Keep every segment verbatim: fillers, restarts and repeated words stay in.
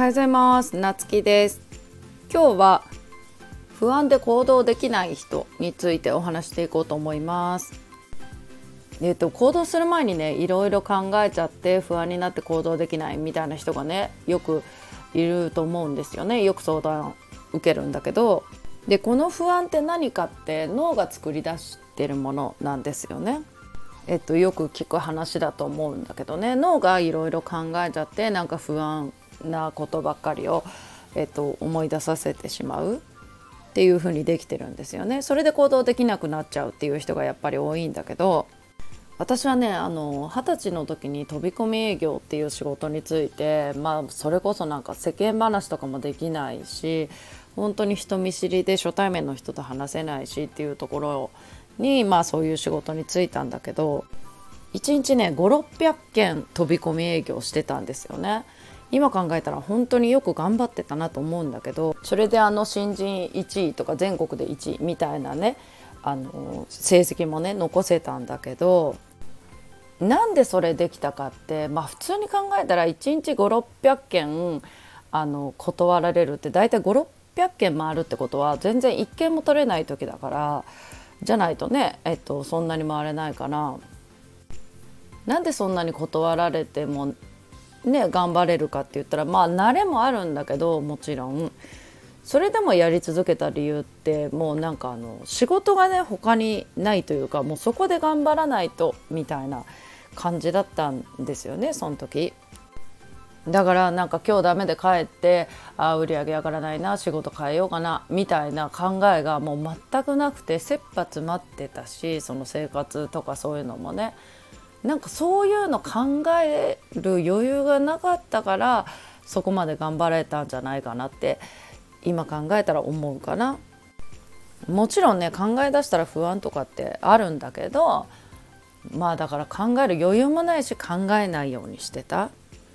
はようございます。なつきです。今日は不安で行動できない人についてお話していこうと思います。えっと、行動する前にねいろいろ考えちゃって不安になって行動できないみたいな人がねよくいると思うんですよね。よく相談受けるんだけど、でこの不安って何かって脳が作り出してるものなんですよね。えっと、よく聞く話だと思うんだけどね、脳がいろいろ考えちゃってなんか不安なことばっかりを、えっと、思い出させてしまうっていう風にできてるんですよね。それで行動できなくなっちゃうっていう人がやっぱり多いんだけど、私はねあの二十歳の時に飛び込み営業っていう仕事について、まあそれこそなんか世間話とかもできないし、本当に人見知りで初対面の人と話せないしっていうところに、まあそういう仕事に就いたんだけど、いちにちねごひゃくろっぴゃくけん飛び込み営業してたんですよね。今考えたら本当によく頑張ってたなと思うんだけど、それであの新人いちいとか全国でいちいみたいなねあの成績もね残せたんだけど、なんでそれできたかって、まあ普通に考えたらいちにちごひゃくろっぴゃくけんあの断られるってだいたいごひゃくろっぴゃくけん回るってことは全然いっけんも取れない時だから、じゃないとね、えっと、そんなに回れないから、なんでそんなに断られてもね頑張れるかって言ったら、まあ慣れもあるんだけど、もちろんそれでもやり続けた理由ってもうなんかあの仕事がね他にないというか、もうそこで頑張らないとみたいな感じだったんですよね、その時。だからなんか今日ダメで帰ってあ売り上げ上がらないな、仕事変えようかなみたいな考えがもう全くなくて、切羽詰まってたし、その生活とかそういうのもね、なんかそういうの考える余裕がなかったからそこまで頑張れたんじゃないかなって今考えたら思うかな。もちろんね考え出したら不安とかってあるんだけど、まあだから考える余裕もないし考えないようにしてた。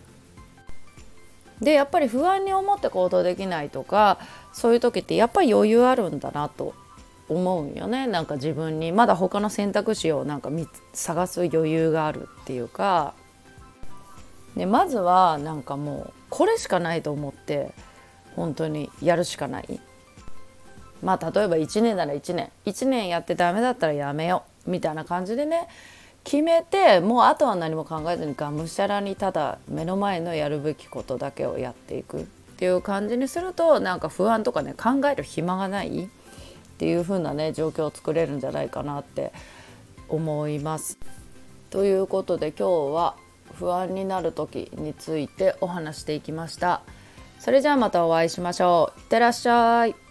でやっぱり不安に思って行動できないとかそういう時ってやっぱり余裕あるんだなと思うよね。なんか自分にまだ他の選択肢をなんか探す余裕があるっていうか、でまずはなんかもうこれしかないと思って本当にやるしかない。まあ例えばいちねんならいちねんいちねんやってダメだったらやめようみたいな感じでね決めて、もうあとは何も考えずにがむしゃらにただ目の前のやるべきことだけをやっていくっていう感じにすると、なんか不安とかね考える暇がないっていう風なね状況を作れるんじゃないかなって思います。ということで今日は不安になる時についてお話していきました。それじゃあまたお会いしましょう。いってらっしゃい。